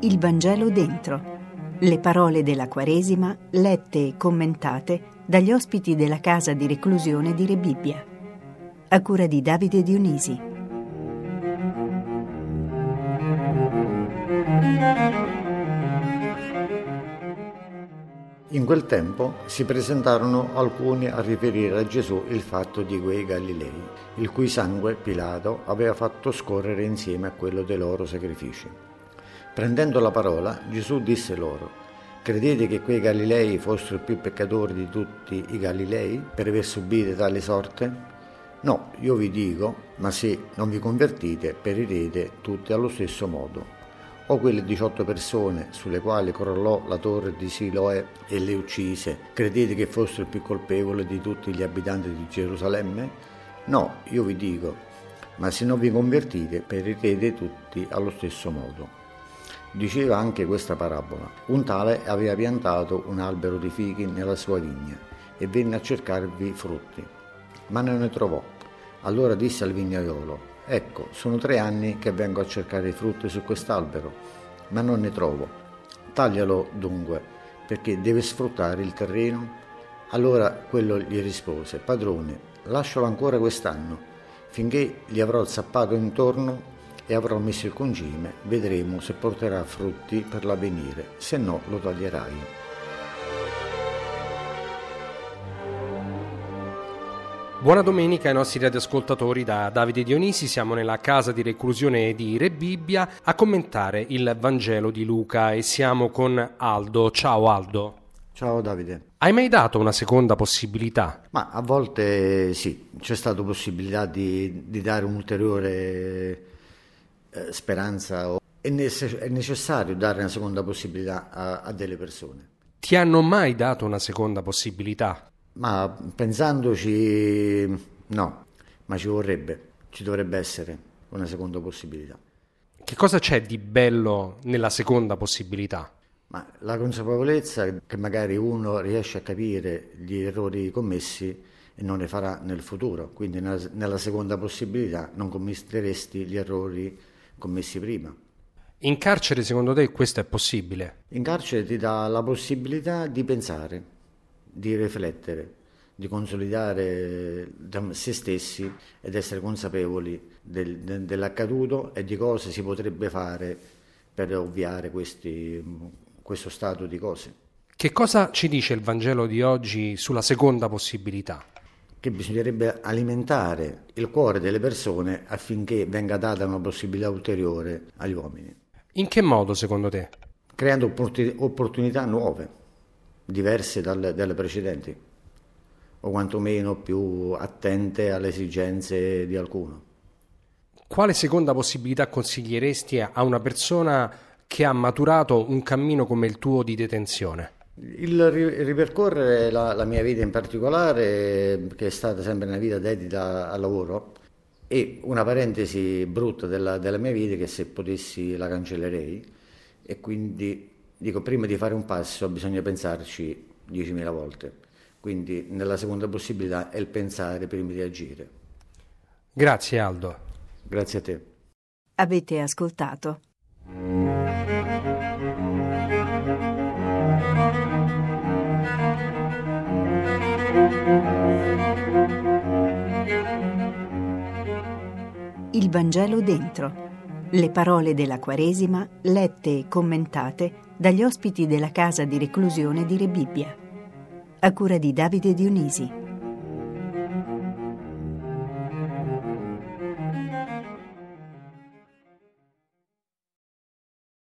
Il Vangelo dentro. Le parole della Quaresima lette e commentate dagli ospiti della casa di reclusione di Rebibbia. A cura di Davide Dionisi. In quel tempo si presentarono alcuni a riferire a Gesù il fatto di quei Galilei, il cui sangue Pilato aveva fatto scorrere insieme a quello dei loro sacrifici. Prendendo la parola, Gesù disse loro: credete che quei Galilei fossero più peccatori di tutti i Galilei per aver subito tale sorte? No, io vi dico, ma se non vi convertite, perirete tutti allo stesso modo. O quelle 18 persone sulle quali crollò la torre di Siloè e le uccise, credete che fossero più colpevoli di tutti gli abitanti di Gerusalemme? No, io vi dico, ma se non vi convertite, perirete tutti allo stesso modo. Diceva anche questa parabola: un tale aveva piantato un albero di fichi nella sua vigna e venne a cercarvi frutti, ma non ne trovò. Allora disse al vignaiolo: ecco, sono 3 anni che vengo a cercare i frutti su quest'albero, ma non ne trovo. Taglialo dunque, perché deve sfruttare il terreno. Allora quello gli rispose: padrone, lascialo ancora quest'anno, finché gli avrò zappato intorno e avrò messo il concime, vedremo se porterà frutti per l'avvenire, se no lo taglierai. Buona domenica ai nostri radioascoltatori da Davide Dionisi. Siamo nella casa di reclusione di Rebibbia a commentare il Vangelo di Luca e siamo con Aldo. Ciao Aldo. Ciao Davide. Hai mai dato una seconda possibilità? Ma a volte sì, c'è stata possibilità di dare un'ulteriore speranza. È necessario dare una seconda possibilità a delle persone. Ti hanno mai dato una seconda possibilità? Ma pensandoci, no, ma ci dovrebbe essere una seconda possibilità. Che cosa c'è di bello nella seconda possibilità? Ma la consapevolezza che magari uno riesce a capire gli errori commessi e non ne farà nel futuro, quindi nella seconda possibilità non commetteresti gli errori commessi prima. In carcere secondo te questo è possibile? In carcere ti dà la possibilità di pensare, di riflettere, di consolidare se stessi ed essere consapevoli dell'accaduto e di cosa si potrebbe fare per ovviare questo stato di cose. Che cosa ci dice il Vangelo di oggi sulla seconda possibilità? Che bisognerebbe alimentare il cuore delle persone affinché venga data una possibilità ulteriore agli uomini. In che modo secondo te? Creando opportunità nuove, diverse dalle precedenti, o quantomeno più attente alle esigenze di alcuno. Quale seconda possibilità consiglieresti a una persona che ha maturato un cammino come il tuo di detenzione? Il ripercorrere la mia vita in particolare, che è stata sempre una vita dedita al lavoro, e una parentesi brutta della mia vita che se potessi la cancellerei, e quindi dico, prima di fare un passo bisogna pensarci 10.000 volte, quindi nella seconda possibilità è il pensare prima di agire. Grazie Aldo. Grazie a te. Avete ascoltato Il Vangelo dentro. Le parole della Quaresima lette e commentate dagli ospiti della casa di reclusione di Rebibbia. A cura di Davide Dionisi.